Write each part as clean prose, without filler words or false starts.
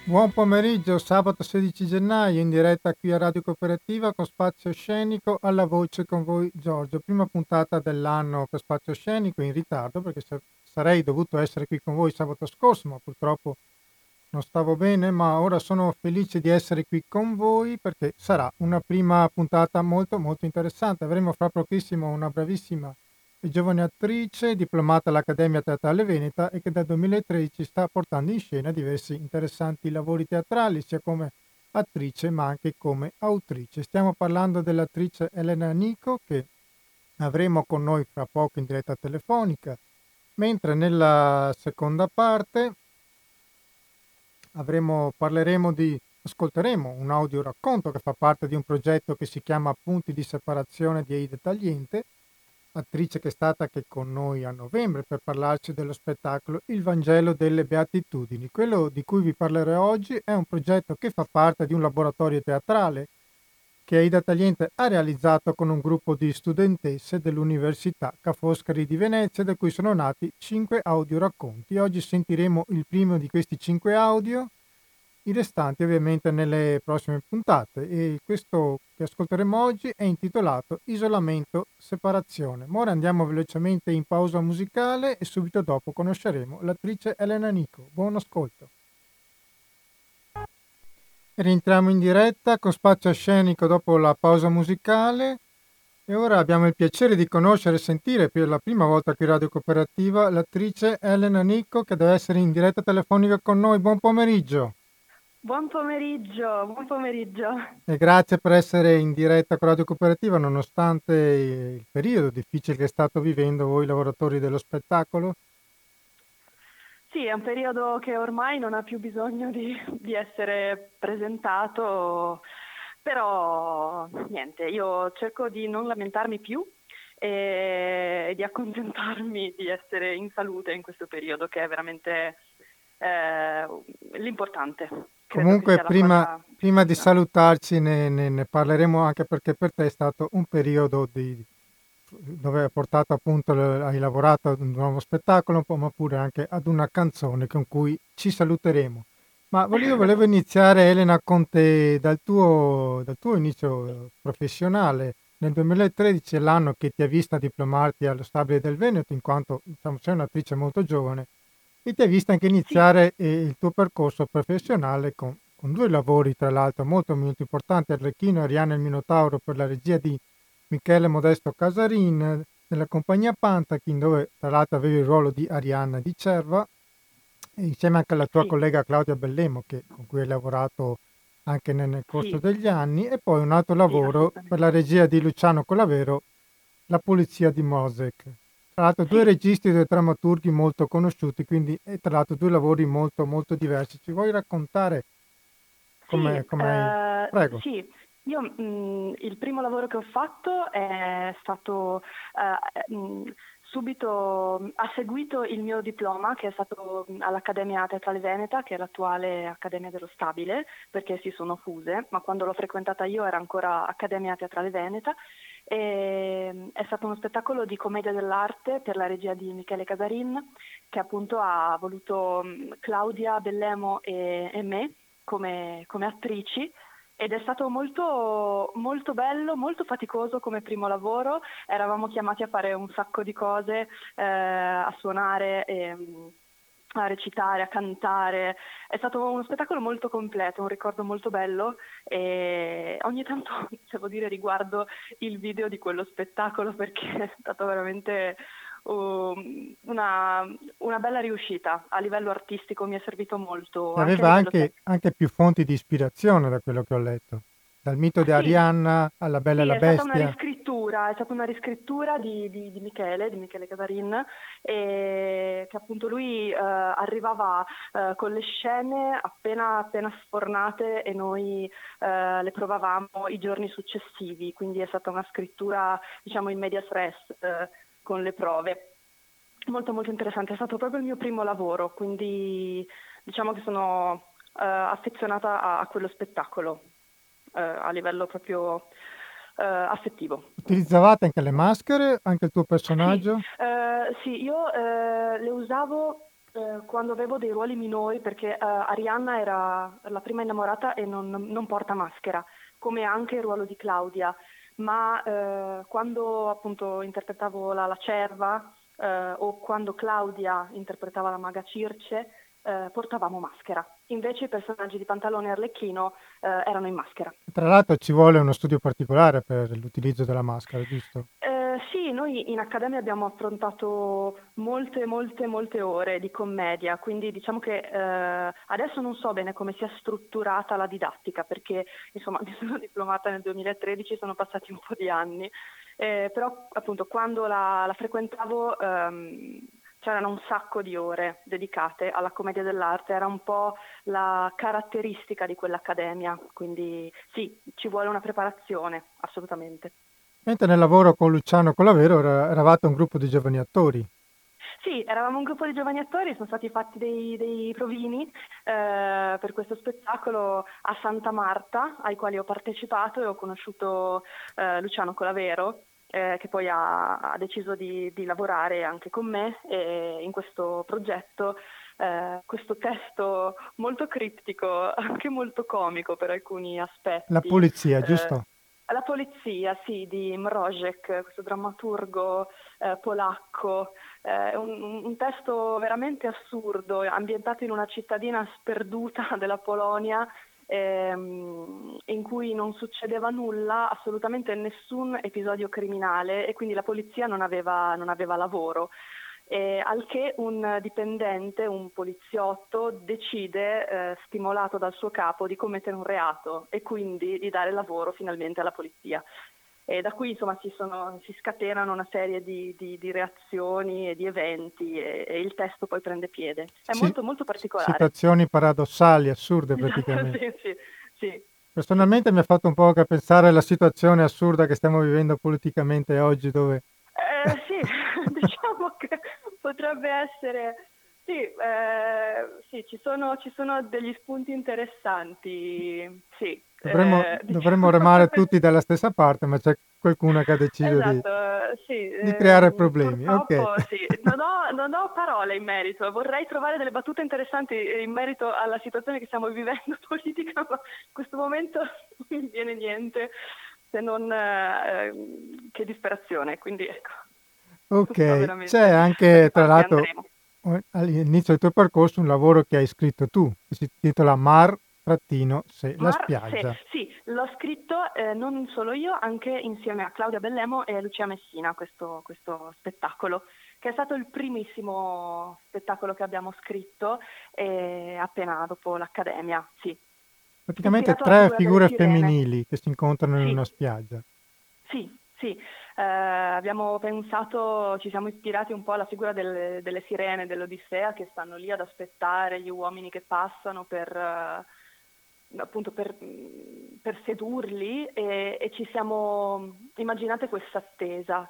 Buon pomeriggio, sabato 16 gennaio in diretta qui a Radio Cooperativa con Spazio Scenico, alla voce con voi Giorgio. Prima puntata dell'anno per Spazio Scenico, in ritardo perché sarei dovuto essere qui con voi sabato scorso, ma purtroppo non stavo bene, ma ora sono felice di essere qui con voi perché sarà una prima puntata molto molto interessante. Avremo fra pochissimo una bravissima e giovane attrice diplomata all'Accademia Teatrale Veneta e che dal 2013 sta portando in scena diversi interessanti lavori teatrali, sia come attrice ma anche come autrice. Stiamo parlando dell'attrice Elena Nico, che avremo con noi fra poco in diretta telefonica, mentre nella seconda parte ascolteremo un audioracconto che fa parte di un progetto che si chiama Punti di separazione di Eide Tagliente, attrice che è stata anche con noi a novembre per parlarci dello spettacolo Il Vangelo delle Beatitudini. Quello di cui vi parlerò oggi è un progetto che fa parte di un laboratorio teatrale che Aida Tagliente ha realizzato con un gruppo di studentesse dell'Università Ca' Foscari di Venezia, da cui sono nati 5 audioracconti. Oggi sentiremo il primo di questi 5 audio, i restanti ovviamente nelle prossime puntate, e questo che ascolteremo oggi è intitolato Isolamento Separazione. Ma ora andiamo velocemente in pausa musicale e subito dopo conosceremo l'attrice Elena Nico. Buon ascolto. Rientriamo in diretta con Spazio Scenico dopo la pausa musicale e ora abbiamo il piacere di conoscere e sentire per la prima volta qui in Radio Cooperativa l'attrice Elena Nico, che deve essere in diretta telefonica con noi. Buon pomeriggio Buon pomeriggio, buon pomeriggio. e grazie per essere in diretta con Radio Cooperativa nonostante il periodo difficile che state vivendo voi lavoratori dello spettacolo. Sì, è un periodo che ormai non ha più bisogno di essere presentato, però niente, io cerco di non lamentarmi più e di accontentarmi di essere in salute in questo periodo, che è veramente eh, l'importante. Credo che Comunque, sia la cosa più prima di vicina. salutarci, ne parleremo anche perché per te è stato un periodo dove hai portato appunto, hai lavorato ad un nuovo spettacolo, ma pure anche ad una canzone con cui ci saluteremo. Ma volevo iniziare, Elena, con te dal tuo inizio professionale. Nel 2013 è l'anno che ti ha vista diplomarti allo Stabile del Veneto, in quanto diciamo, sei un'attrice molto giovane e ti ha vista anche Sì, iniziare il tuo percorso professionale con due lavori, tra l'altro, molto, molto importanti: Arlecchino, Arianna e il Minotauro, per la regia di Michele Modesto Casarin, nella compagnia Pantachin, dove tra l'altro avevi il ruolo di Arianna di Cerva, e insieme anche alla tua sì, collega Claudia Bellemo, con cui hai lavorato anche nel corso sì, degli anni, e poi un altro sì, lavoro per assolutamente. la regia di Luciano Colavero, La Polizia di Mosec. Tra l'altro due Sì, registi e due drammaturghi molto conosciuti, quindi e tra l'altro due lavori molto molto diversi. Ci vuoi raccontare sì, come hai... Prego. sì. Io il primo lavoro che ho fatto è stato subito, ha seguito il mio diploma che è stato all'Accademia Teatrale Veneta, che è l'attuale Accademia dello Stabile, perché si sono fuse, ma quando l'ho frequentata io era ancora Accademia Teatrale Veneta. E, è stato uno spettacolo di commedia dell'arte per la regia di Michele Casarin, che appunto ha voluto Claudia Bellemo e me come attrici, ed è stato molto, molto bello, molto faticoso come primo lavoro. Eravamo chiamati a fare un sacco di cose, a suonare, a recitare, a cantare. È stato uno spettacolo molto completo, un ricordo molto bello, e ogni tanto, devo dire, riguardo il video di quello spettacolo perché è stato veramente una bella riuscita. A livello artistico mi è servito molto, E anche a aveva livello tecnico. anche più fonti di ispirazione da quello che ho letto. Dal mito di Sì, Arianna alla Bella e sì, la Bestia. è stata una riscrittura di Michele Casarin, che appunto lui arrivava con le scene appena sfornate e noi le provavamo i giorni successivi, quindi è stata una scrittura, diciamo, in medias res, con le prove. Molto molto interessante, è stato proprio il mio primo lavoro, quindi diciamo che sono affezionata a quello spettacolo, a livello proprio affettivo. Utilizzavate anche le maschere, anche il tuo Sì, personaggio? sì, io le usavo Quando avevo dei ruoli minori, perché Arianna era la prima innamorata e non porta maschera, come anche il ruolo di Claudia, ma quando appunto interpretavo la cerva o quando Claudia interpretava la maga Circe, portavamo maschera. Invece i personaggi di Pantalone e Arlecchino erano in maschera. Tra l'altro ci vuole uno studio particolare per l'utilizzo della maschera, giusto? Sì, noi in accademia abbiamo affrontato molte ore di commedia, quindi diciamo che adesso non so bene come sia strutturata la didattica, perché insomma mi sono diplomata nel 2013, sono passati un po' di anni, però appunto quando la frequentavo c'erano un sacco di ore dedicate alla commedia dell'arte, era un po' la caratteristica di quell'accademia, quindi sì, ci vuole una preparazione, assolutamente. Mentre nel lavoro con Luciano Colavero eravate un gruppo di giovani attori. Sì, eravamo un gruppo di giovani attori, sono stati fatti dei provini per questo spettacolo a Santa Marta, ai quali ho partecipato e ho conosciuto Luciano Colavero, che poi ha deciso di lavorare anche con me in questo progetto, questo testo molto criptico, anche molto comico per alcuni La aspetti. polizia, giusto? La polizia, sì, di Mrożek, questo drammaturgo polacco, un testo veramente assurdo, ambientato in una cittadina sperduta della Polonia, in cui non succedeva nulla, assolutamente nessun episodio criminale e quindi la polizia non aveva lavoro. Al che un dipendente, un poliziotto, decide, stimolato dal suo capo, di commettere un reato e quindi di dare lavoro finalmente alla polizia. E da qui insomma si scatenano una serie di reazioni e di eventi e il testo poi prende piede. È Sì, molto particolare. situazioni paradossali, assurde Esatto, praticamente. sì. Personalmente mi ha fatto un po' che pensare alla situazione assurda che stiamo vivendo politicamente oggi, dove Sì, diciamo che potrebbe essere, sì, sì, ci sono degli spunti interessanti, sì, dovremmo diciamo. remare tutti dalla stessa parte, ma c'è qualcuno che ha deciso Esatto, sì, di creare problemi. Ok. purtroppo sì, non ho parole in merito, vorrei trovare delle battute interessanti in merito alla situazione che stiamo vivendo politica, ma in questo momento non mi viene niente se non che disperazione, quindi ecco, sto Ok, c'è veramente, anche, tra infatti l'altro, andremo. all'inizio del tuo percorso un lavoro che hai scritto tu, che si intitola Mar-se la spiaggia. Sì, l'ho scritto non solo io, anche insieme a Claudia Bellemo e Lucia Messina, questo spettacolo, che è stato il primissimo spettacolo che abbiamo scritto appena dopo l'Accademia, sì. Praticamente Ispirato alla tre figura delle figure sirene. femminili che si incontrano in Sì, una spiaggia. sì. Abbiamo pensato, ci siamo ispirati un po' alla figura delle sirene dell'Odissea che stanno lì ad aspettare gli uomini che passano appunto per sedurli e ci siamo immaginate questa attesa.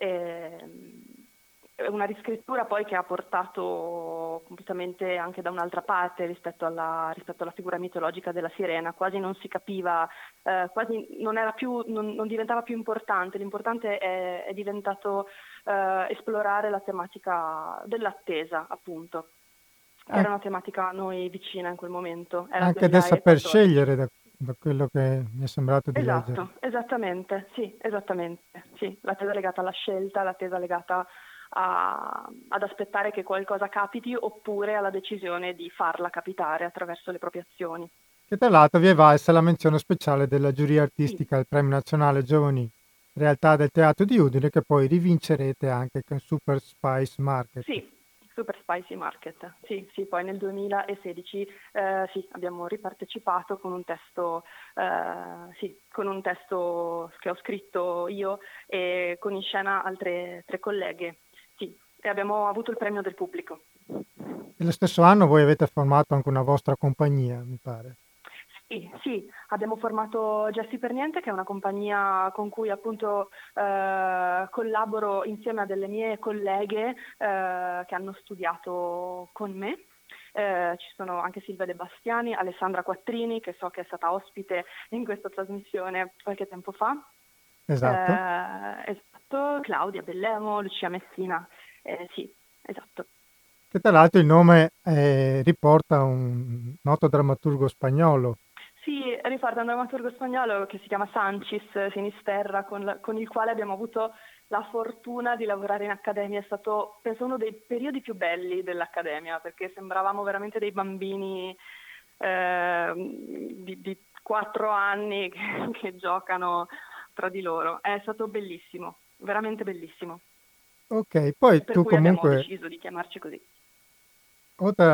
È una riscrittura poi che ha portato completamente anche da un'altra parte rispetto alla figura mitologica della sirena, quasi non si capiva, quasi non diventava più importante, l'importante è diventato esplorare la tematica dell'attesa, appunto, che era An- una tematica a noi vicina in quel momento, era il Anche del saper 2014. scegliere, da quello che mi è sembrato di leggere. Esatto, esattamente, sì, l'attesa legata alla scelta, l'attesa legata ad aspettare che qualcosa capiti oppure alla decisione di farla capitare attraverso le proprie azioni. Che tra l'altro vi è valsa la menzione speciale della giuria Sì, artistica al Premio Nazionale Giovani Realtà del Teatro di Udine, che poi rivincerete anche con Super Spice Market. sì, Super Spicy Market, sì, poi nel 2016 sì, abbiamo ripartecipato con un testo che ho scritto io e con in scena altre 3 colleghe, sì, e abbiamo avuto il premio del pubblico. E lo stesso anno voi avete formato anche una vostra compagnia, mi pare. Sì, abbiamo formato Gessi per Niente, che è una compagnia con cui appunto collaboro insieme a delle mie colleghe che hanno studiato con me. Ci sono anche Silvia De Bastiani, Alessandra Quattrini, che so che è stata ospite in questa trasmissione qualche tempo fa. Esatto. Esatto, Claudia Bellemo, Lucia Messina, sì, esatto. che tra l'altro il nome riporta un noto drammaturgo spagnolo. Sì, ricorda un drammaturgo spagnolo che si chiama Sanchis Sinisterra, con il quale abbiamo avuto la fortuna di lavorare in accademia. È stato, penso, uno dei periodi più belli dell'accademia, perché sembravamo veramente dei bambini di 4 anni che giocano tra di loro. È stato bellissimo, veramente bellissimo. Ok, poi Per tu cui abbiamo comunque, deciso di chiamarci così. oltre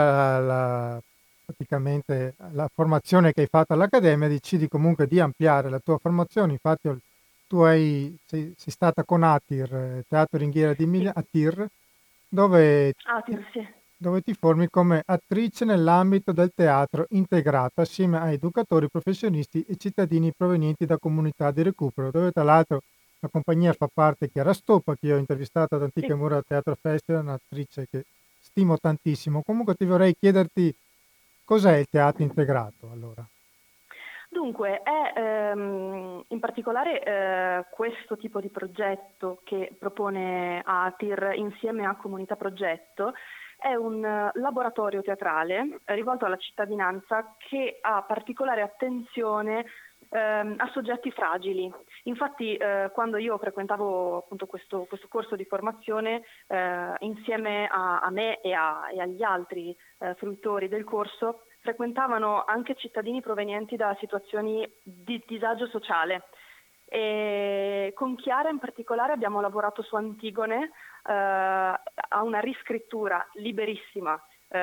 praticamente la formazione che hai fatto all'Accademia, decidi comunque di ampliare la tua formazione. Infatti sei stata con ATIR, Teatro Ringhiera di Sì, a TIR, dove ah, ti, sì. dove ti formi come attrice nell'ambito del teatro integrato assieme a educatori professionisti e cittadini provenienti da comunità di recupero, dove tra l'altro la compagnia fa parte Chiara Stoppa, che io ho intervistato ad Antiche Sì. Mura Teatro Festival, un'attrice che stimo tantissimo. Comunque ti vorrei chiederti cos'è il teatro integrato allora. Dunque, è in particolare questo tipo di progetto che propone ATIR insieme a Comunità Progetto è un laboratorio teatrale rivolto alla cittadinanza che ha particolare attenzione a soggetti fragili. Infatti, quando io frequentavo appunto questo corso di formazione, insieme a me e agli altri fruitori del corso, frequentavano anche cittadini provenienti da situazioni di disagio sociale. E con Chiara in particolare abbiamo lavorato su Antigone, a una riscrittura liberissima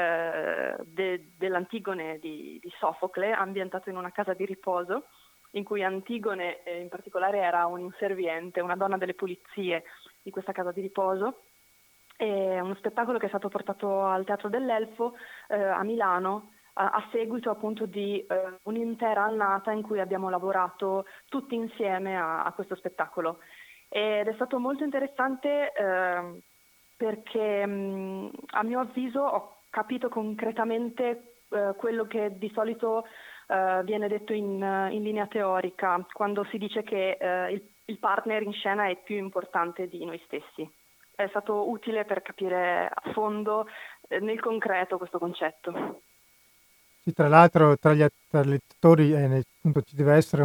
dell'Antigone di Sofocle, ambientato in una casa di riposo, in cui Antigone in particolare era un inserviente, una donna delle pulizie di questa casa di riposo. È uno spettacolo che è stato portato al Teatro dell'Elfo a Milano a seguito appunto di un'intera annata in cui abbiamo lavorato tutti insieme a questo spettacolo. Ed è stato molto interessante perché a mio avviso ho capito concretamente quello che di solito viene detto in linea teorica, quando si dice che il partner in scena è più importante di noi stessi. È stato utile per capire a fondo, nel concreto, questo concetto. Sì, tra l'altro tra gli attori appunto, ci deve essere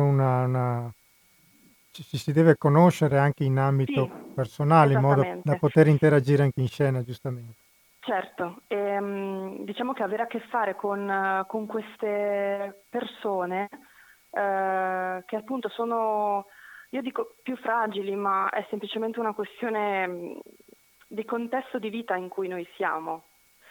ci si deve conoscere anche in Sì, ambito personale, in modo da esattamente. poter interagire anche in scena, giustamente. Certo, diciamo che avere a che fare con queste persone che appunto sono, io dico più fragili, ma è semplicemente una questione di contesto di vita in cui noi siamo.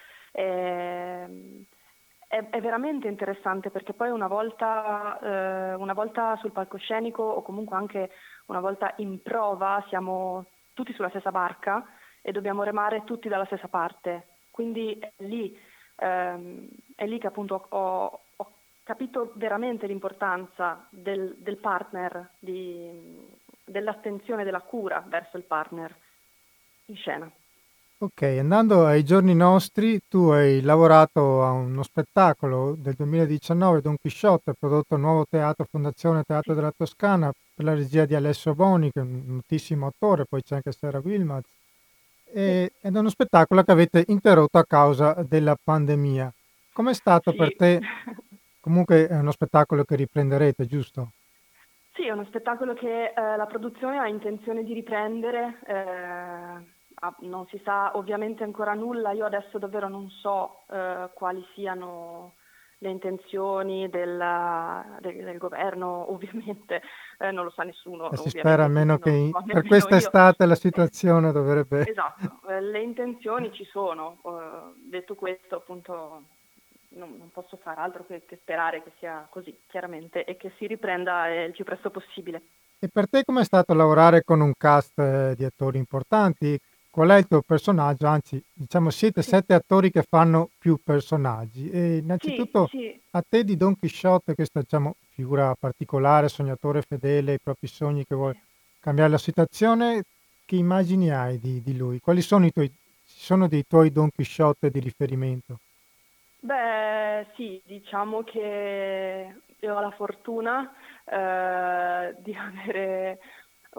Ehm, è veramente interessante perché poi una volta sul palcoscenico o comunque anche una volta in prova siamo tutti sulla stessa barca e dobbiamo remare tutti dalla stessa parte. Quindi è lì che appunto ho capito veramente l'importanza del partner, dell'attenzione, della cura verso il partner in scena. Ok, andando ai giorni nostri, tu hai lavorato a uno spettacolo del 2019, Don Chisciotte, prodotto al Nuovo Teatro Fondazione Teatro Sì, della Toscana per la regia di Alessio Boni, che è un notissimo attore, poi c'è anche Sarah Wilmaz, sì, ed è uno spettacolo che avete interrotto a causa della pandemia. Com'è stato per sì. te? Comunque è uno spettacolo che riprenderete, giusto? Sì, è uno spettacolo che la produzione ha intenzione di riprendere, non si sa ovviamente ancora nulla, io adesso davvero non so quali siano le intenzioni del governo, ovviamente non lo sa nessuno, E si spera ovviamente almeno quindi non lo che so per nemmeno io. quest'estate la situazione dovrebbe... Esatto, le intenzioni ci sono, detto questo appunto non posso fare altro che sperare che sia così, chiaramente, e che si riprenda il più presto possibile. E per te com'è stato lavorare con un cast di attori importanti? Qual è il tuo personaggio? Anzi, diciamo siete Sì, 7 attori che fanno più personaggi. E sì, innanzitutto sì. a te di Don Chisciotte, questa diciamo figura particolare, sognatore fedele ai propri sogni che vuole Sì. cambiare la situazione, che immagini hai di lui? Quali sono ci sono dei tuoi Don Chisciotte di riferimento? Beh, sì, diciamo che io ho la fortuna di avere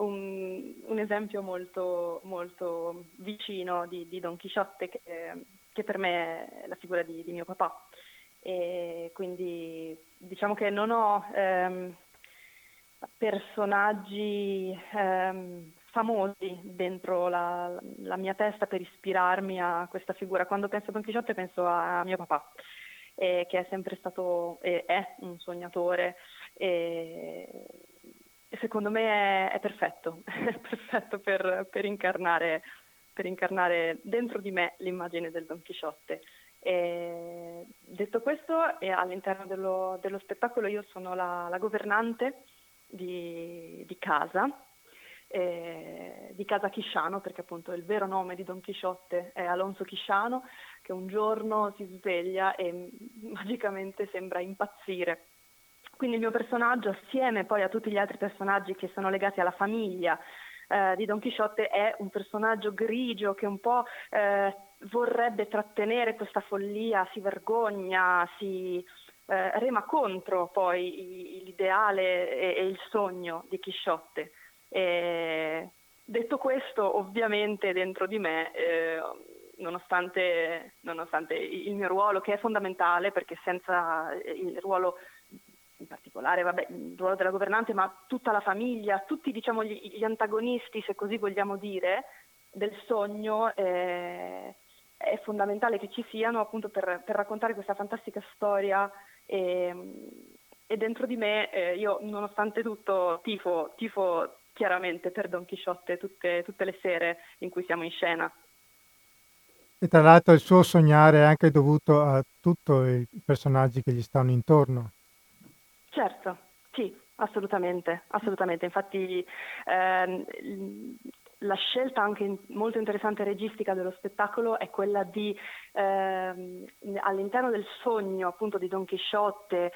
un esempio molto, molto vicino di Don Chisciotte, che per me è la figura di mio papà. E quindi diciamo che non ho personaggi famosi dentro la mia testa per ispirarmi a questa figura. Quando penso a Don Chisciotte penso a mio papà, che è sempre stato e è un sognatore, e secondo me è perfetto, è perfetto per incarnare dentro di me l'immagine del Don Chisciotte. E detto questo, all'interno dello spettacolo io sono la governante di casa, di casa Chisciano, perché appunto il vero nome di Don Chisciotte è Alonso Chisciano, che un giorno si sveglia e magicamente sembra impazzire. Quindi il mio personaggio, assieme poi a tutti gli altri personaggi che sono legati alla famiglia di Don Chisciotte, è un personaggio grigio che un po' vorrebbe trattenere questa follia, si vergogna, si rema contro poi l'ideale e il sogno di Chisciotte. Detto questo, ovviamente dentro di me, nonostante il mio ruolo, che è fondamentale, perché senza il ruolo in particolare, il ruolo della governante, ma tutta la famiglia, tutti diciamo gli antagonisti, se così vogliamo dire, del sogno, è fondamentale che ci siano appunto per raccontare questa fantastica storia, e dentro di me io nonostante tutto tifo chiaramente per Don Chisciotte tutte le sere in cui siamo in scena. E tra l'altro il suo sognare è anche dovuto a tutti i personaggi che gli stanno intorno. Certo, sì, assolutamente, assolutamente. Infatti la scelta anche molto interessante registica dello spettacolo è quella di all'interno del sogno appunto di Don Chisciotte,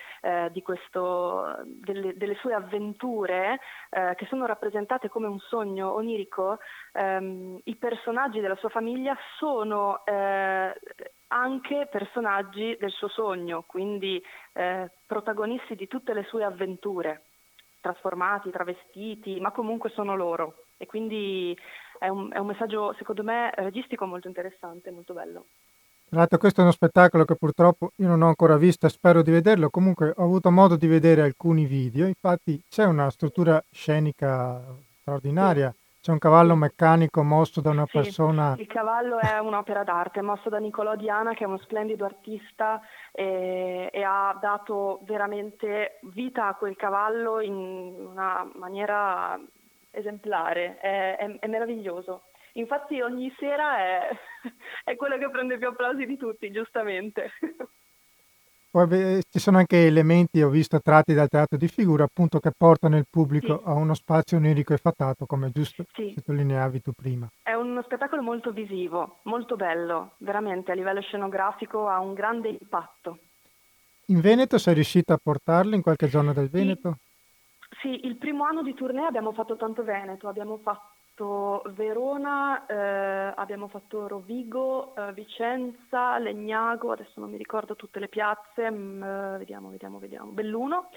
delle sue avventure che sono rappresentate come un sogno onirico, i personaggi della sua famiglia sono anche personaggi del suo sogno, quindi protagonisti di tutte le sue avventure, trasformati, travestiti, ma comunque sono loro. E quindi è un messaggio, secondo me, registico molto interessante, molto bello. Tra l'altro questo è uno spettacolo che purtroppo io non ho ancora visto e spero di vederlo, comunque ho avuto modo di vedere alcuni video, infatti c'è una struttura scenica Sì, straordinaria, c'è un cavallo sì. meccanico mosso da una Sì, persona. il cavallo è un'opera d'arte, mosso da Niccolò Diana, che è uno splendido artista e ha dato veramente vita a quel cavallo in una maniera esemplare, è meraviglioso. Infatti ogni sera è quello che prende più applausi di tutti, giustamente. Poi ci sono anche elementi, ho visto, tratti dal teatro di figura, appunto, che portano il pubblico Sì, a uno spazio onirico e fatato, come giusto sì. sottolineavi tu prima. È uno spettacolo molto visivo, molto bello, veramente a livello scenografico ha un grande impatto. In Veneto sei riuscita a portarlo in qualche zona del Sì, Veneto? sì, il primo anno di tournée abbiamo fatto tanto Veneto, abbiamo fatto Verona, abbiamo fatto Rovigo, Vicenza, Legnago, adesso non mi ricordo tutte le piazze, vediamo, Belluno,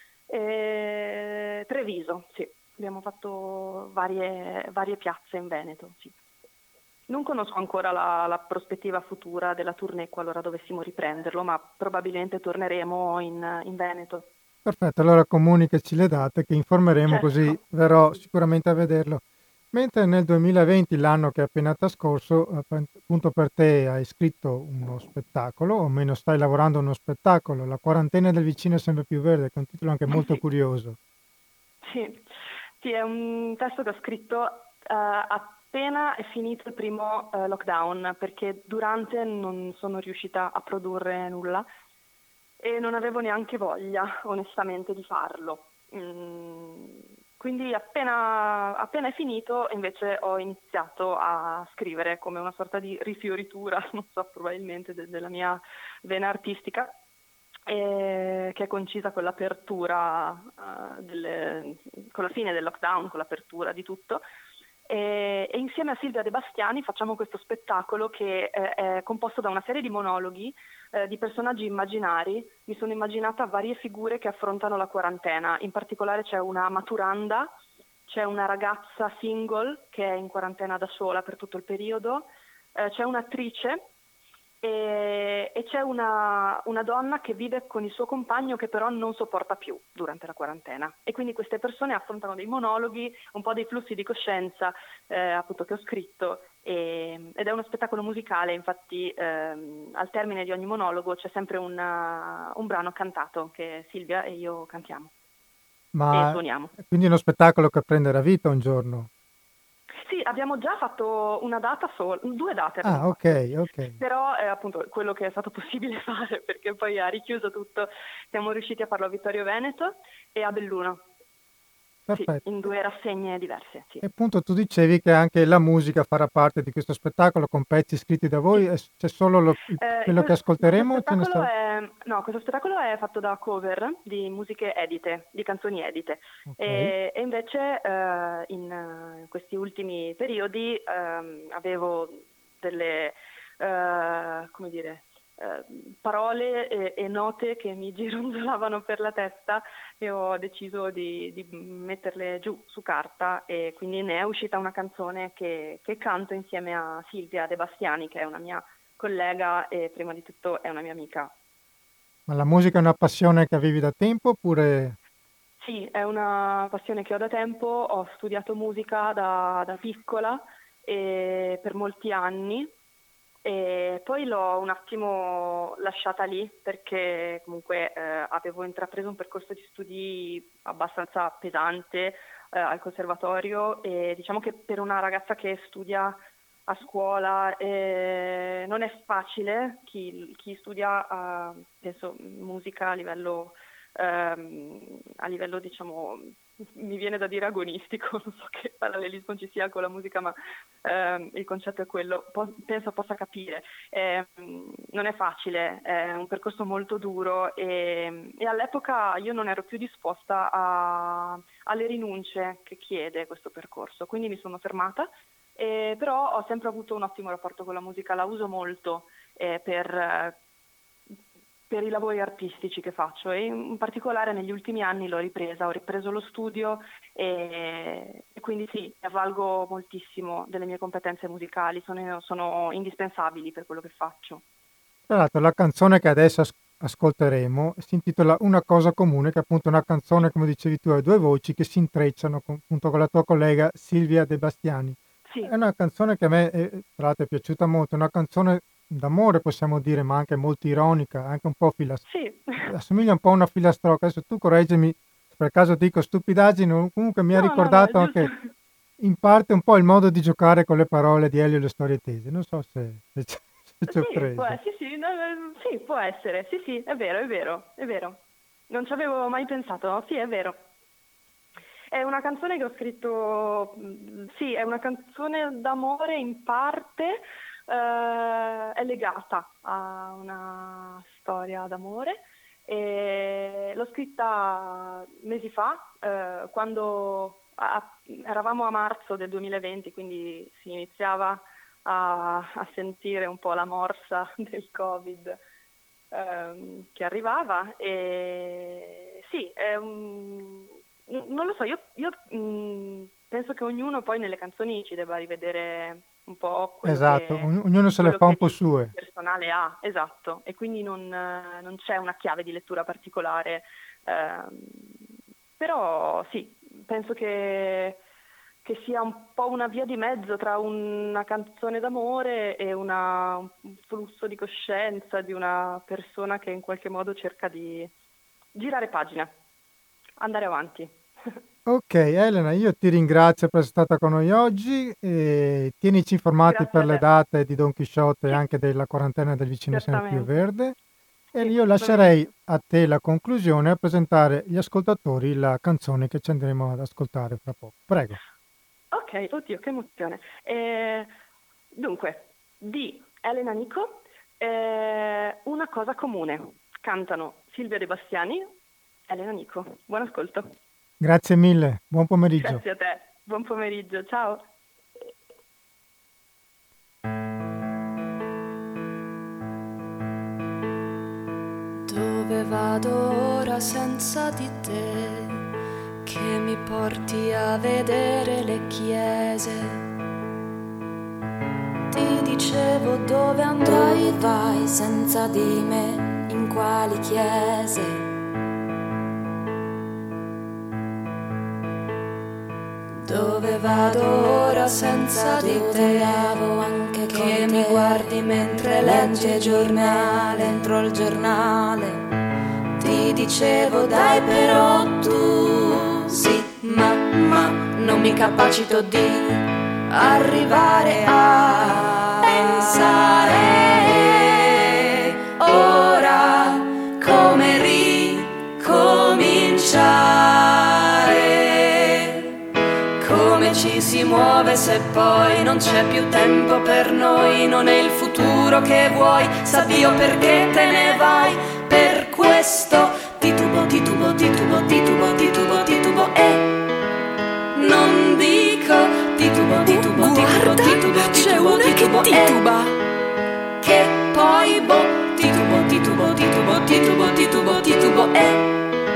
Treviso, sì, abbiamo fatto varie piazze in Veneto, sì. Non conosco ancora la prospettiva futura della tournée qualora dovessimo riprenderlo, ma probabilmente torneremo in Veneto. Perfetto, allora comunicaci le date che informeremo, così Certo, verrò sicuramente a vederlo. Mentre nel 2020, l'anno che è appena trascorso, appunto per te hai scritto uno spettacolo, o almeno stai lavorando a uno spettacolo, La quarantena del vicino è sempre più verde, che è un titolo anche molto sì, curioso. sì, sì, è un testo che ho scritto appena è finito il primo lockdown, perché durante non sono riuscita a produrre nulla e non avevo neanche voglia, onestamente, di farlo. Quindi appena è finito, invece ho iniziato a scrivere come una sorta di rifioritura, non so, probabilmente della mia vena artistica, che è concisa con l'apertura, con la fine del lockdown, con l'apertura di tutto. E insieme a Silvia De Bastiani facciamo questo spettacolo che è composto da una serie di monologhi di personaggi immaginari. Mi sono immaginata varie figure che affrontano la quarantena, in particolare c'è una maturanda, c'è una ragazza single che è in quarantena da sola per tutto il periodo, c'è un'attrice e c'è una donna che vive con il suo compagno che però non sopporta più durante la quarantena, e quindi queste persone affrontano dei monologhi, un po' dei flussi di coscienza appunto che ho scritto, ed è uno spettacolo musicale. Infatti al termine di ogni monologo c'è sempre un brano cantato che Silvia e io cantiamo e Ma suoniamo. quindi è uno spettacolo che prenderà vita un giorno? Sì, abbiamo già fatto una data sola, 2 date abbiamo Ah, ok, fatto, ok, però è appunto quello che è stato possibile fare, perché poi ha richiuso tutto. Siamo riusciti a farlo a Vittorio Veneto e a Belluno, sì, perfetto. in 2 rassegne diverse, sì. E appunto tu dicevi che anche la musica farà parte di questo spettacolo con pezzi scritti da voi, Sì. e c'è solo quello che Questo ascolteremo? O ce ne spettacolo sarà? è, no, questo spettacolo è fatto da cover di musiche edite, di canzoni edite, Ok. e invece in questi ultimi periodi avevo delle, come dire, eh, parole e note che mi gironzolavano per la testa, e ho deciso di metterle giù su carta, e quindi ne è uscita una canzone che canto insieme a Silvia De Bastiani, che è una mia collega e prima di tutto è una mia amica. Ma la musica è una passione che avevi da tempo oppure... Sì, è una passione che ho da tempo, ho studiato musica da piccola e per molti anni, e poi l'ho un attimo lasciata lì perché comunque avevo intrapreso un percorso di studi abbastanza pesante al conservatorio, e diciamo che per una ragazza che studia a scuola non è facile. Chi studia penso musica a livello diciamo, mi viene da dire agonistico, non so che parallelismo ci sia con la musica, ma il concetto è quello, penso possa capire. Non è facile, è un percorso molto duro, e all'epoca io non ero più disposta alle rinunce che chiede questo percorso, quindi mi sono fermata. Però ho sempre avuto un ottimo rapporto con la musica, la uso molto per i lavori artistici che faccio, e in particolare negli ultimi anni l'ho ripresa, ho ripreso lo studio, e quindi sì, mi avvalgo moltissimo delle mie competenze musicali, sono indispensabili per quello che faccio. Tra l'altro la canzone che adesso ascolteremo si intitola Una cosa comune, che è appunto una canzone, come dicevi tu, a due voci che si intrecciano appunto con la tua collega Silvia De Bastiani. Sì, È una canzone che a me tra l'altro è piaciuta molto, è una canzone d'amore possiamo dire, ma anche molto ironica, anche un po' sì. assomiglia un po' a una filastrocca. Adesso tu correggimi se per caso dico stupidaggini, o comunque mi ha No, no, no, è ricordato giusto. anche in parte un po' il modo di giocare con le parole di Elio e le storie tese. Non so se ci ho Sì, preso. sì, sì, no, sì, può essere, sì, sì, è vero, è vero, è vero. Non ci avevo mai pensato, sì, è vero. È una canzone che ho scritto, sì, è una canzone d'amore in parte, è legata a una storia d'amore, e l'ho scritta mesi fa, quando eravamo a marzo del 2020, quindi si iniziava a sentire un po' la morsa del Covid che arrivava, e sì, non lo so, io penso che ognuno poi nelle canzoni ci debba rivedere un po' Esatto, ognuno se le fa un quello che po' di sue. personale ha, esatto, e quindi non c'è una chiave di lettura particolare, ehm, però sì, penso che sia un po' una via di mezzo tra una canzone d'amore e un flusso di coscienza di una persona che in qualche modo cerca di girare pagina, andare avanti. Ok, Elena, io ti ringrazio per essere stata con noi oggi e tienici informati Grazie per a le te. date di Don Chisciotte e Sì, anche della quarantena del vicino sempre più certamente. verde. E Sì, io va lascerei benissimo. a te la conclusione a presentare agli ascoltatori la canzone che ci andremo ad ascoltare fra poco. Prego. Ok, oddio, che emozione. Dunque, di Elena Nico, Una cosa comune. Cantano Silvia De Bastiani, Elena Nico. Buon ascolto. Grazie mille, buon pomeriggio. Grazie a te. Buon pomeriggio. Ciao. Dove vado ora senza di te, che mi porti a vedere le chiese? Ti dicevo dove andrai, vai senza di me, in quali chiese. Dove vado ora senza di te? Anche che mi guardi mentre leggi il giornale, entro il giornale. Ti dicevo dai però tu, sì, ma non mi capacito di arrivare a pensare ora come ricominciare, come ci si muove se poi non c'è più tempo per noi, non è il futuro che vuoi, sa Dio perché te ne vai, per questo titubo, titubo, titubo, titubo, titubo, titubo e non dico titubo, titubo, titubo, titubo, c'è una che tituba, che poi boh, titubo, titubo, titubo, titubo, titubo, titubo e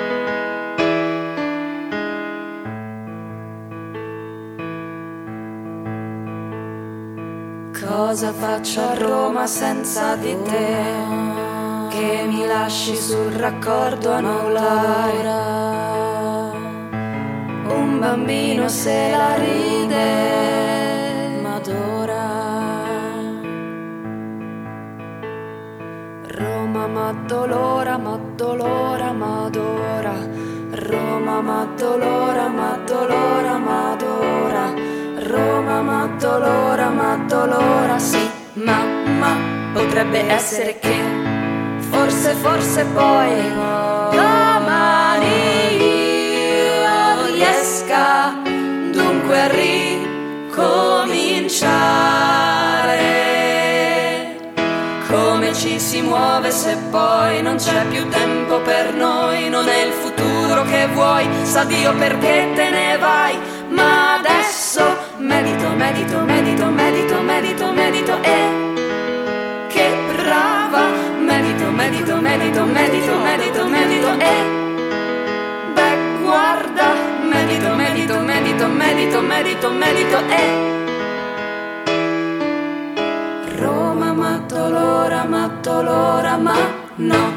cosa faccio a Roma senza di te, che mi lasci sul raccordo a nullare. Un bambino se la ride, ma d'ora Roma m'addolora, m'addolora, m'adora. Roma m'addolora, m'addolora, m'adora. Roma m'addolora, m'addolora, sì, ma potrebbe essere che forse poi domani io riesca dunque a ricominciare. Come ci si muove se poi non c'è più tempo per noi, non è il futuro che vuoi, sa Dio perché te ne vai, ma adesso medito, medito, medito, medito, medito, medito e che brava, medito, medito, medito, medito, medito, medito e beh guarda, medito, medito, medito, medito, medito, medito e Roma m'addolora, m'addolora, ma no.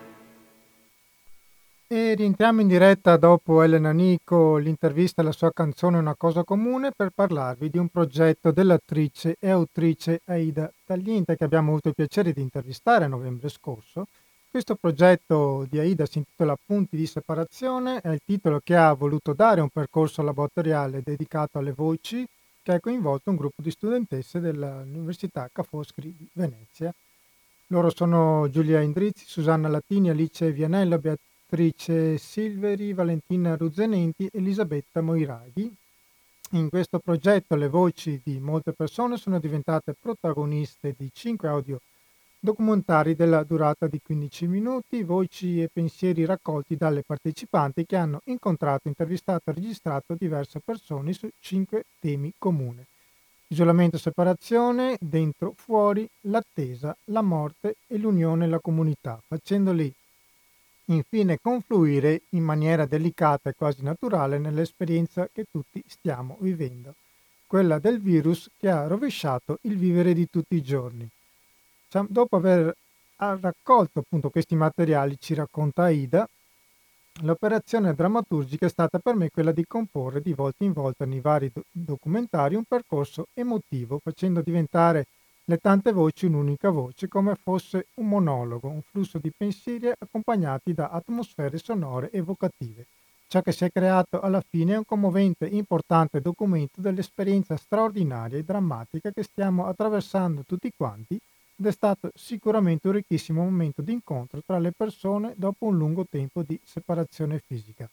E rientriamo in diretta dopo Elena Nico, l'intervista alla sua canzone Una cosa comune, per parlarvi di un progetto dell'attrice e autrice Aida Tagliente che abbiamo avuto il piacere di intervistare a novembre scorso. Questo progetto di Aida si intitola Punti di separazione, è il titolo che ha voluto dare un percorso laboratoriale dedicato alle voci che ha coinvolto un gruppo di studentesse dell'Università Ca' Foscari di Venezia. Loro sono Giulia Indrizzi, Susanna Latini, Alice Vianello, Beatrice Silveri, Valentina Ruzzenenti, Elisabetta Moiraghi. In questo progetto le voci di molte persone sono diventate protagoniste di 5 audio documentari della durata di 15 minuti, voci e pensieri raccolti dalle partecipanti che hanno incontrato, intervistato e registrato diverse persone su 5 temi comuni: isolamento e separazione, dentro, fuori, l'attesa, la morte e l'unione e la comunità, facendoli infine confluire in maniera delicata e quasi naturale nell'esperienza che tutti stiamo vivendo, quella del virus che ha rovesciato il vivere di tutti i giorni. Dopo aver raccolto appunto questi materiali, ci racconta Aida, l'operazione drammaturgica è stata per me quella di comporre di volta in volta nei vari documentari un percorso emotivo, facendo diventare le tante voci un'unica voce, come fosse un monologo, un flusso di pensieri accompagnati da atmosfere sonore evocative. Ciò che si è creato alla fine è un commovente e importante documento dell'esperienza straordinaria e drammatica che stiamo attraversando tutti quanti, ed è stato sicuramente un ricchissimo momento di incontro tra le persone dopo un lungo tempo di separazione fisica.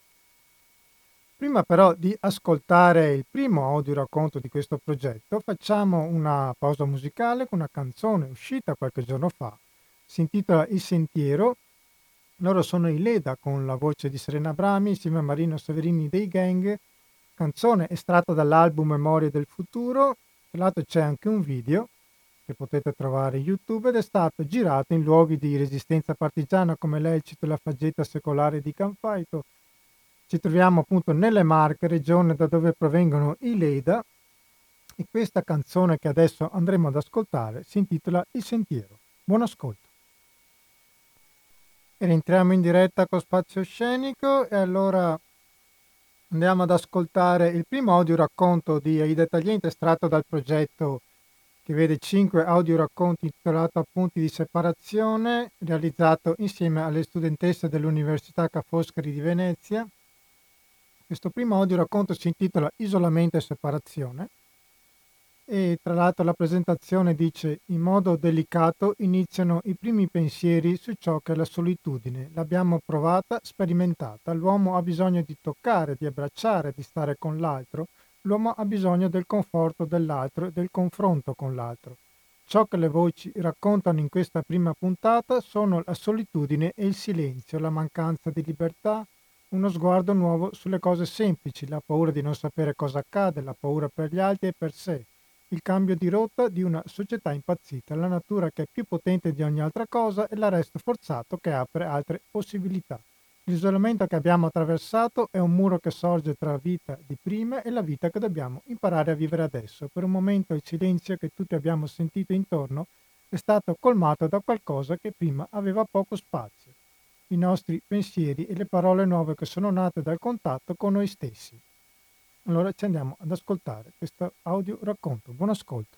Prima però di ascoltare il primo audio racconto di questo progetto, facciamo una pausa musicale con una canzone uscita qualche giorno fa. Si intitola Il Sentiero. Loro sono i Leda con la voce di Serena Abrami insieme a Marino Severini dei Gang, canzone estratta dall'album Memorie del Futuro. Tra l'altro c'è anche un video che potete trovare su YouTube ed è stato girato in luoghi di resistenza partigiana come l'Elcito e la Faggeta secolare di Canfaito. Ci troviamo appunto nelle Marche, regione da dove provengono i Leda, e questa canzone che adesso andremo ad ascoltare si intitola Il Sentiero. Buon ascolto. E rientriamo in diretta con Spazio Scenico e allora andiamo ad ascoltare il primo audioracconto di Aida Tagliente estratto dal progetto che vede 5 audioracconti intitolato Appunti di separazione, realizzato insieme alle studentesse dell'Università Ca' Foscari di Venezia. Questo primo audioracconto si intitola Isolamento e separazione e tra l'altro la presentazione dice: in modo delicato iniziano i primi pensieri su ciò che è la solitudine. L'abbiamo provata, sperimentata. L'uomo ha bisogno di toccare, di abbracciare, di stare con l'altro. L'uomo ha bisogno del conforto dell'altro e del confronto con l'altro. Ciò che le voci raccontano in questa prima puntata sono la solitudine e il silenzio, la mancanza di libertà, uno sguardo nuovo sulle cose semplici, la paura di non sapere cosa accade, la paura per gli altri e per sé, il cambio di rotta di una società impazzita, la natura che è più potente di ogni altra cosa e l'arresto forzato che apre altre possibilità. L'isolamento che abbiamo attraversato è un muro che sorge tra la vita di prima e la vita che dobbiamo imparare a vivere adesso. Per un momento il silenzio che tutti abbiamo sentito intorno è stato colmato da qualcosa che prima aveva poco spazio. I nostri pensieri e le parole nuove che sono nate dal contatto con noi stessi. Allora ci andiamo ad ascoltare questo audio racconto. Buon ascolto.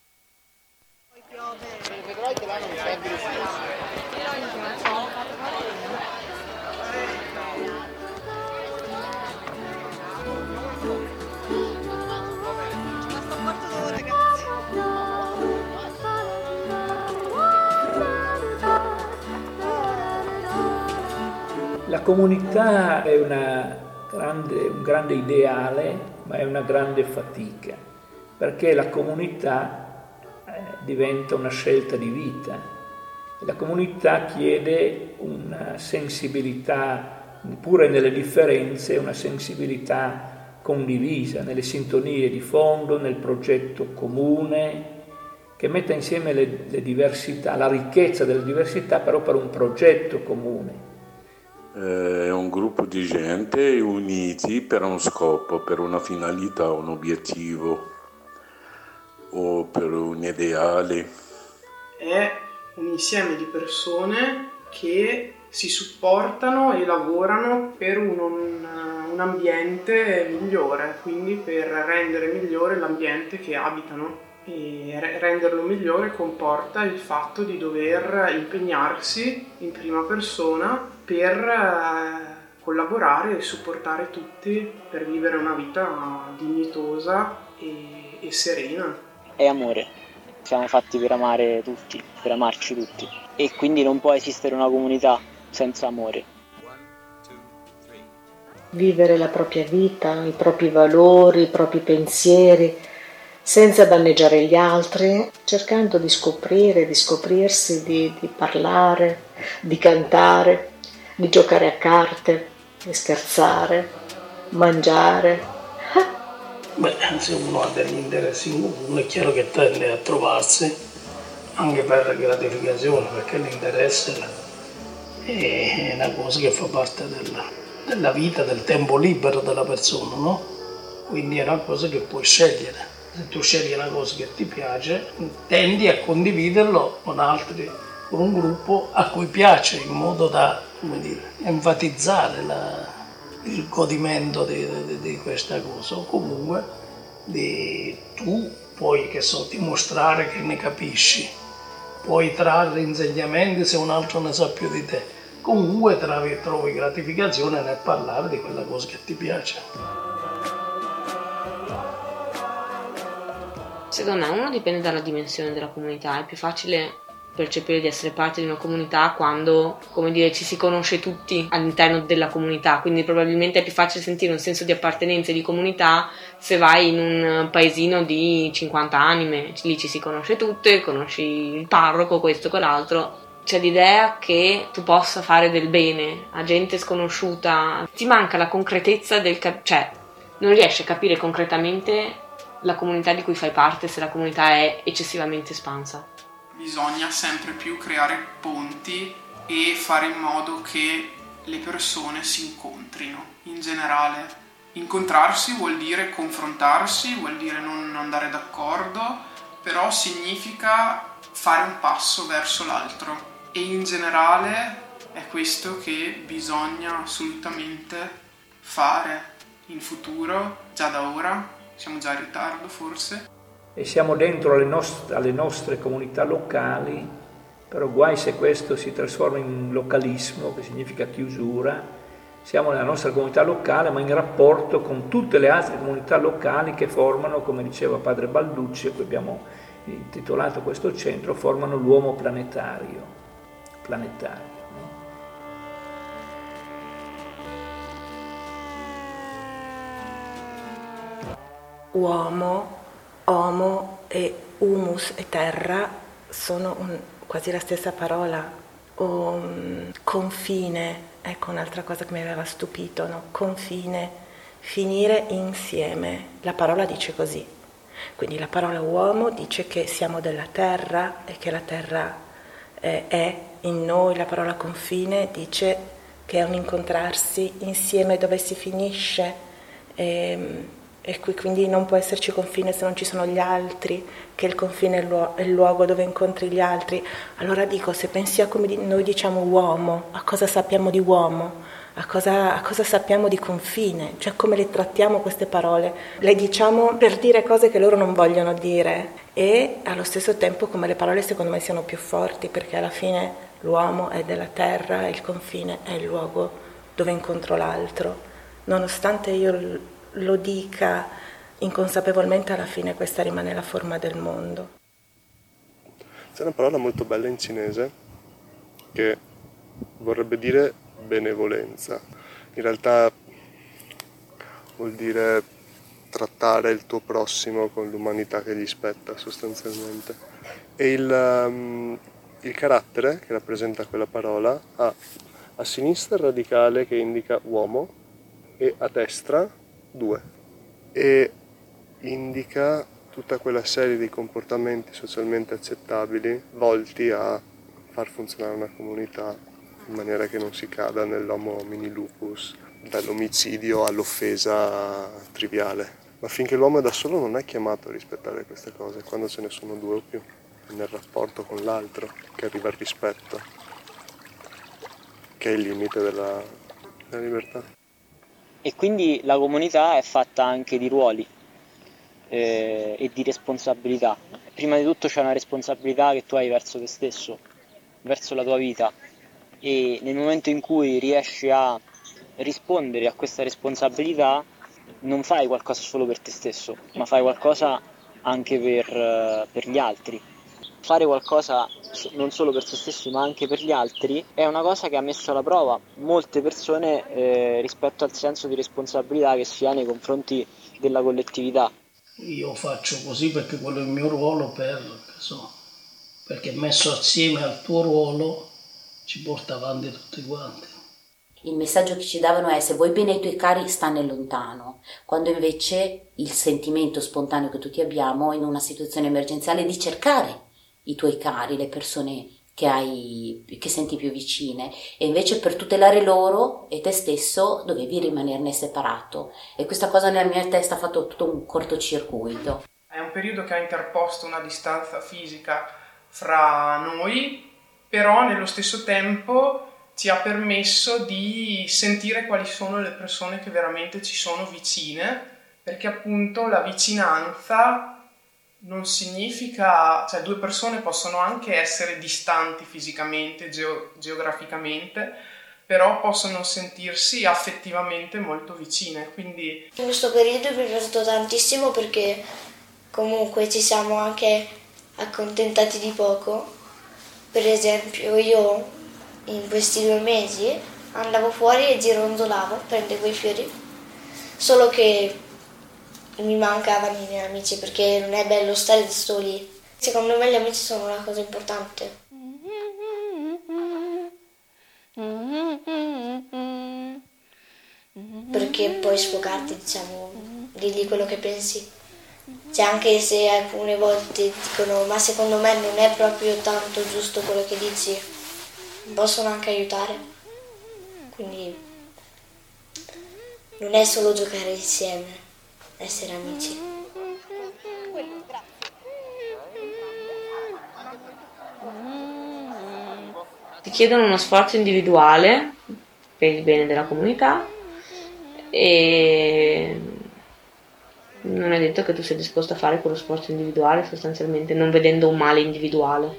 La comunità è un grande ideale, ma è una grande fatica, perché la comunità diventa una scelta di vita. La comunità chiede una sensibilità, pure nelle differenze, una sensibilità condivisa, nelle sintonie di fondo, nel progetto comune, che metta insieme le diversità, la ricchezza delle diversità, però per un progetto comune. È un gruppo di gente uniti per un scopo, per una finalità, un obiettivo o per un ideale. È un insieme di persone che si supportano e lavorano per un ambiente migliore, quindi per rendere migliore l'ambiente che abitano. E renderlo migliore comporta il fatto di dover impegnarsi in prima persona per collaborare e supportare tutti per vivere una vita dignitosa e serena. È amore, siamo fatti per amare tutti, per amarci tutti e quindi non può esistere una comunità senza amore. Vivere la propria vita, i propri valori, i propri pensieri senza danneggiare gli altri, cercando di scoprire, di scoprirsi, di parlare, di cantare, di giocare a carte, di scherzare, mangiare. Beh, se uno ha degli interessi in comune è chiaro che tende a trovarsi anche per gratificazione, perché l'interesse è una cosa che fa parte della vita, del tempo libero della persona, no? Quindi è una cosa che puoi scegliere. Se tu scegli una cosa che ti piace, tendi a condividerlo con altri, con un gruppo a cui piace, in modo da, enfatizzare il godimento di questa cosa. O comunque tu puoi, dimostrare che ne capisci, puoi trarre insegnamenti se un altro ne sa più di te. Comunque trovi gratificazione nel parlare di quella cosa che ti piace. Secondo me uno dipende dalla dimensione della comunità, è più facile percepire di essere parte di una comunità quando, ci si conosce tutti all'interno della comunità, quindi probabilmente è più facile sentire un senso di appartenenza e di comunità se vai in un paesino di 50 anime, lì ci si conosce tutte, conosci il parroco, questo, quell'altro. C'è l'idea che tu possa fare del bene a gente sconosciuta, ti manca la concretezza non riesci a capire concretamente la comunità di cui fai parte se la comunità è eccessivamente espansa. Bisogna sempre più creare ponti e fare in modo che le persone si incontrino in generale, Incontrarsi vuol dire confrontarsi, vuol dire non andare d'accordo, però significa fare un passo verso l'altro. E in generale è questo che bisogna assolutamente fare in futuro, già da ora, siamo già in ritardo forse. E siamo dentro alle nostre comunità locali, però guai se questo si trasforma in localismo, che significa chiusura. Siamo nella nostra comunità locale, ma in rapporto con tutte le altre comunità locali che formano, come diceva padre Balducci, a cui abbiamo intitolato questo centro, formano l'uomo planetario. Uomo, homo e humus e terra sono quasi la stessa parola. O confine, ecco un'altra cosa che mi aveva stupito, no? Confine, finire insieme, la parola dice così. Quindi la parola uomo dice che siamo della terra e che la terra è in noi, la parola confine dice che è un incontrarsi insieme dove si finisce e qui quindi non può esserci confine se non ci sono gli altri, che il confine è il luogo dove incontri gli altri. Allora dico, se pensi a come noi diciamo uomo, a cosa sappiamo di uomo, a cosa sappiamo di confine, cioè come le trattiamo queste parole, le diciamo per dire cose che loro non vogliono dire e allo stesso tempo come le parole secondo me siano più forti, perché alla fine l'uomo è della terra e il confine è il luogo dove incontro l'altro. Nonostante io lo dica inconsapevolmente, alla fine questa rimane la forma del mondo. C'è una parola molto bella in cinese che vorrebbe dire benevolenza. In realtà vuol dire trattare il tuo prossimo con l'umanità che gli spetta sostanzialmente. E il carattere che rappresenta quella parola ha a sinistra il radicale che indica uomo e a destra 2 e indica tutta quella serie di comportamenti socialmente accettabili volti a far funzionare una comunità in maniera che non si cada nell'homo homini lupus, dall'omicidio all'offesa triviale. Ma finché l'uomo è da solo non è chiamato a rispettare queste cose, quando ce ne sono 2 o più, nel rapporto con l'altro, che arriva il rispetto, che è il limite della libertà. E quindi la comunità è fatta anche di ruoli e di responsabilità. Prima di tutto c'è una responsabilità che tu hai verso te stesso, verso la tua vita, e nel momento in cui riesci a rispondere a questa responsabilità non fai qualcosa solo per te stesso, ma fai qualcosa anche per gli altri. Fare qualcosa non solo per se stessi ma anche per gli altri è una cosa che ha messo alla prova molte persone rispetto al senso di responsabilità che si ha nei confronti della collettività. Io faccio così perché quello è il mio ruolo, perché messo assieme al tuo ruolo ci porta avanti tutti quanti. Il messaggio che ci davano è: se vuoi bene ai tuoi cari, stanne lontano, quando invece il sentimento spontaneo che tutti abbiamo in una situazione emergenziale è di cercare i tuoi cari, le persone che senti più vicine, e invece per tutelare loro e te stesso dovevi rimanerne separato, e questa cosa nella mia testa ha fatto tutto un cortocircuito. È un periodo che ha interposto una distanza fisica fra noi, però nello stesso tempo ci ha permesso di sentire quali sono le persone che veramente ci sono vicine, perché appunto la vicinanza non significa, cioè 2 persone possono anche essere distanti fisicamente, geograficamente, però possono sentirsi affettivamente molto vicine, quindi... In questo periodo mi è piaciuto tantissimo perché comunque ci siamo anche accontentati di poco. Per esempio io in questi 2 mesi andavo fuori e gironzolavo, prendevo i fiori, solo che mi mancavano i miei amici perché non è bello stare soli. Secondo me gli amici sono una cosa importante. Perché puoi sfogarti, diciamo, dirgli quello che pensi. Cioè, anche se alcune volte dicono ma secondo me non è proprio tanto giusto quello che dici, possono anche aiutare. Quindi non è solo giocare insieme, essere amici. Ti chiedono uno sforzo individuale per il bene della comunità e non è detto che tu sia disposto a fare quello sforzo individuale, sostanzialmente non vedendo un male individuale.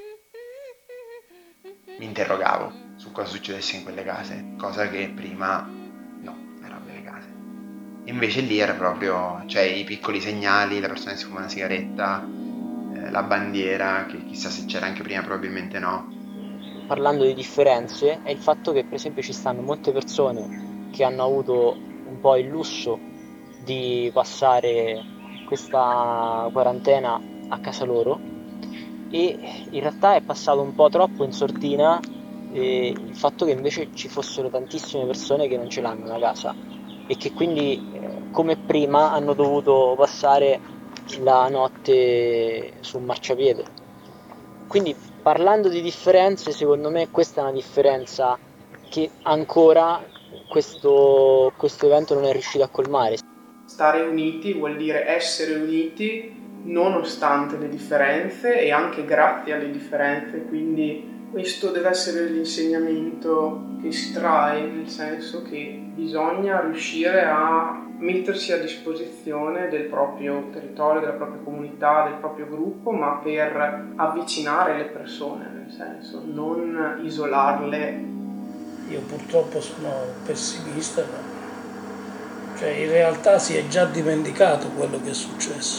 Mi interrogavo su cosa succedesse in quelle case, cosa che prima no, erano delle case. Invece lì era proprio, cioè i piccoli segnali, la persona che si fuma una sigaretta, la bandiera, che chissà se c'era anche prima, probabilmente no. Parlando di differenze, è il fatto che per esempio ci stanno molte persone che hanno avuto un po' il lusso di passare questa quarantena a casa loro e in realtà è passato un po' troppo in sordina il fatto che invece ci fossero tantissime persone che non ce l'hanno una casa e che quindi come prima hanno dovuto passare la notte su un marciapiede. Quindi parlando di differenze, secondo me questa è una differenza che ancora questo evento non è riuscito a colmare. Stare uniti vuol dire essere uniti nonostante le differenze e anche grazie alle differenze, quindi questo deve essere l'insegnamento che si trae, nel senso che bisogna riuscire a mettersi a disposizione del proprio territorio, della propria comunità, del proprio gruppo, ma per avvicinare le persone, nel senso non isolarle. Io purtroppo sono pessimista, ma cioè in realtà si è già dimenticato quello che è successo.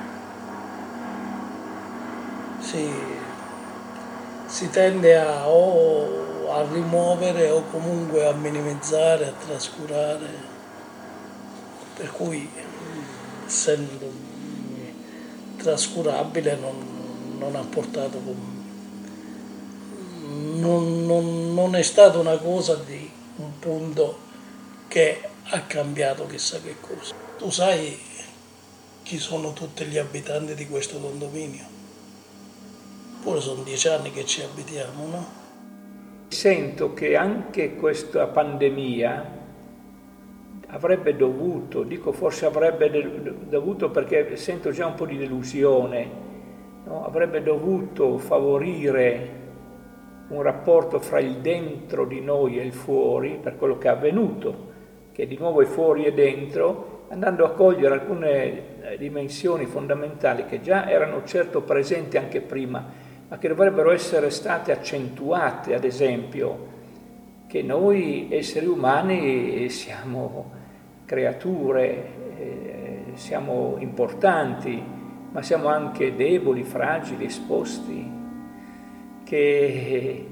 Si tende a rimuovere o comunque a minimizzare, a trascurare, per cui essendo trascurabile non ha portato, non è stata una cosa di un punto che ha cambiato chissà che cosa. Tu sai chi sono tutti gli abitanti di questo condominio? Pure sono 10 anni che ci abitiamo, no? Sento che anche questa pandemia avrebbe dovuto, dico forse avrebbe dovuto perché sento già un po' di delusione, no? Avrebbe dovuto favorire un rapporto fra il dentro di noi e il fuori, per quello che è avvenuto, che di nuovo è fuori e dentro, andando a cogliere alcune dimensioni fondamentali che già erano certo presenti anche prima, ma che dovrebbero essere state accentuate, ad esempio, che noi esseri umani siamo creature, siamo importanti, ma siamo anche deboli, fragili, esposti, che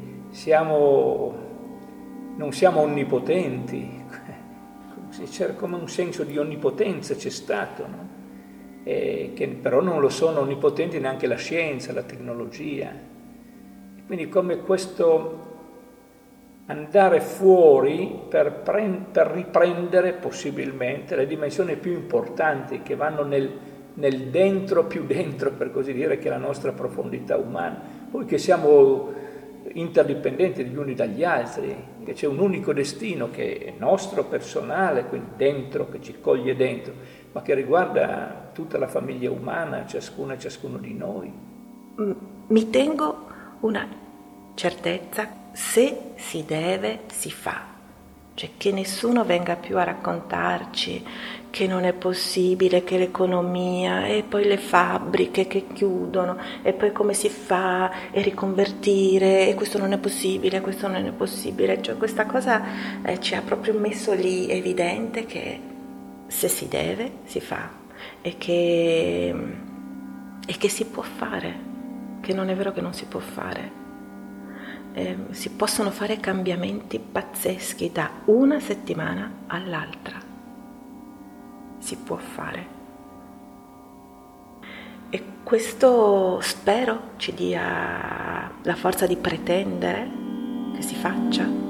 non siamo onnipotenti, c'era come un senso di onnipotenza c'è stato, no? Che però non lo sono onnipotenti neanche la scienza, la tecnologia. Quindi come questo andare fuori per riprendere possibilmente le dimensioni più importanti che vanno nel dentro, più dentro per così dire, che è la nostra profondità umana. Poi che siamo interdipendenti gli uni dagli altri, che c'è un unico destino che è nostro, personale, quindi dentro, che ci coglie dentro, ma che riguarda tutta la famiglia umana, ciascuna e ciascuno di noi. Mi tengo una certezza: se si deve, si fa. Cioè che nessuno venga più a raccontarci che non è possibile, che l'economia e poi le fabbriche che chiudono e poi come si fa e riconvertire e questo non è possibile, questo non è possibile. Cioè questa cosa ci ha proprio messo lì evidente che se si deve, si fa e che si può fare, che non è vero che non si può fare. Si possono fare cambiamenti pazzeschi da una settimana all'altra. Si può fare. E questo spero ci dia la forza di pretendere che si faccia.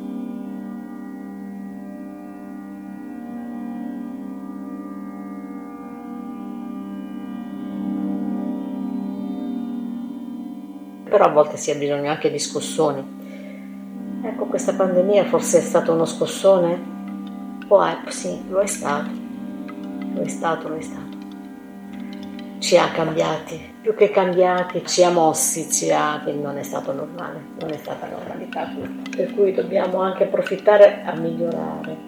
Però a volte si ha bisogno anche di scossoni. Ecco, questa pandemia forse è stato uno scossone po' sì, lo è stato. Ci ha cambiati, più che cambiati, ci ha mossi, che non è stato normale, non è stata normalità questa. Per cui dobbiamo anche approfittare a migliorare.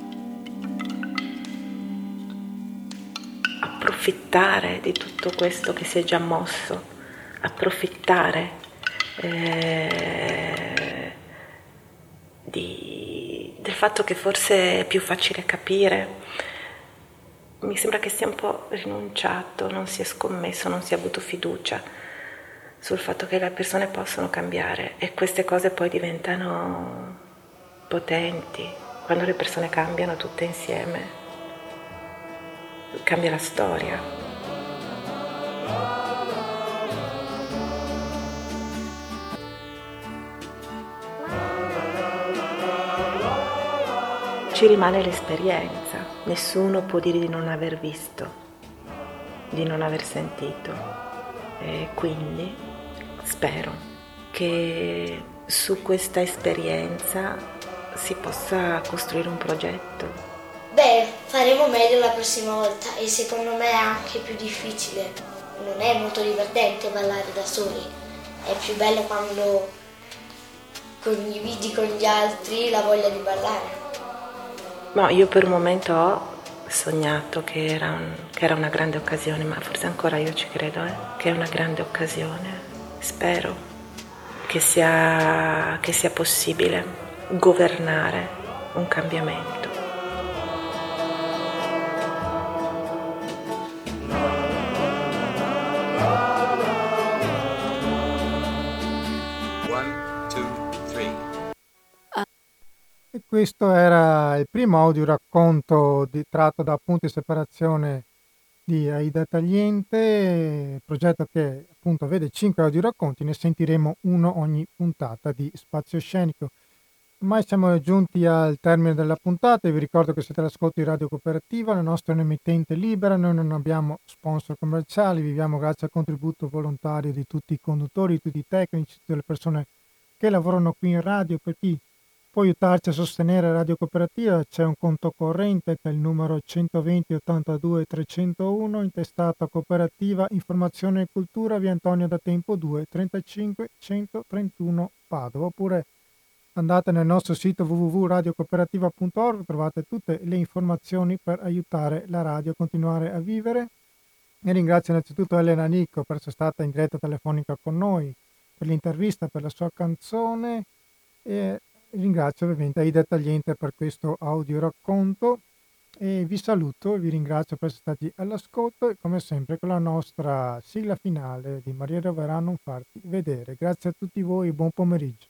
Approfittare di tutto questo che si è già mosso, approfittare del fatto che forse è più facile capire. Mi sembra che sia un po' rinunciato, non si è scommesso, non si è avuto fiducia sul fatto che le persone possono cambiare e queste cose poi diventano potenti quando le persone cambiano tutte insieme. Cambia la storia. Ci rimane l'esperienza, nessuno può dire di non aver visto, di non aver sentito e quindi spero che su questa esperienza si possa costruire un progetto. Beh, faremo meglio la prossima volta e secondo me è anche più difficile. Non è molto divertente ballare da soli, è più bello quando condividi con gli altri la voglia di ballare. No, io per un momento ho sognato che era una grande occasione, ma forse ancora io ci credo, che è una grande occasione. Spero che sia possibile governare un cambiamento. E questo era il primo audioracconto tratto da Appunti Separazione di Aida Tagliente, progetto che appunto vede 5 audioracconti, ne sentiremo uno ogni puntata di Spazio Scenico. Ormai siamo giunti al termine della puntata e vi ricordo che siete all'ascolto di Radio Cooperativa, la nostra è un'emittente libera, noi non abbiamo sponsor commerciali, viviamo grazie al contributo volontario di tutti i conduttori, di tutti i tecnici, tutte le persone che lavorano qui in radio. Per chi può aiutarci a sostenere Radio Cooperativa c'è un conto corrente che è il numero 120 82 301, intestato a Cooperativa Informazione e Cultura, via Antonio da Tempo 2 35 131 Padova, oppure andate nel nostro sito www.radiocooperativa.org, trovate tutte le informazioni per aiutare la radio a continuare a vivere. E ringrazio innanzitutto Elena Nicco per essere stata in diretta telefonica con noi, per l'intervista, per la sua canzone, e ringrazio ovviamente Aida Tagliente per questo audio racconto e vi saluto e vi ringrazio per essere stati all'ascolto e come sempre con la nostra sigla finale di Maria Rovera Non farti vedere. Grazie a tutti voi, buon pomeriggio.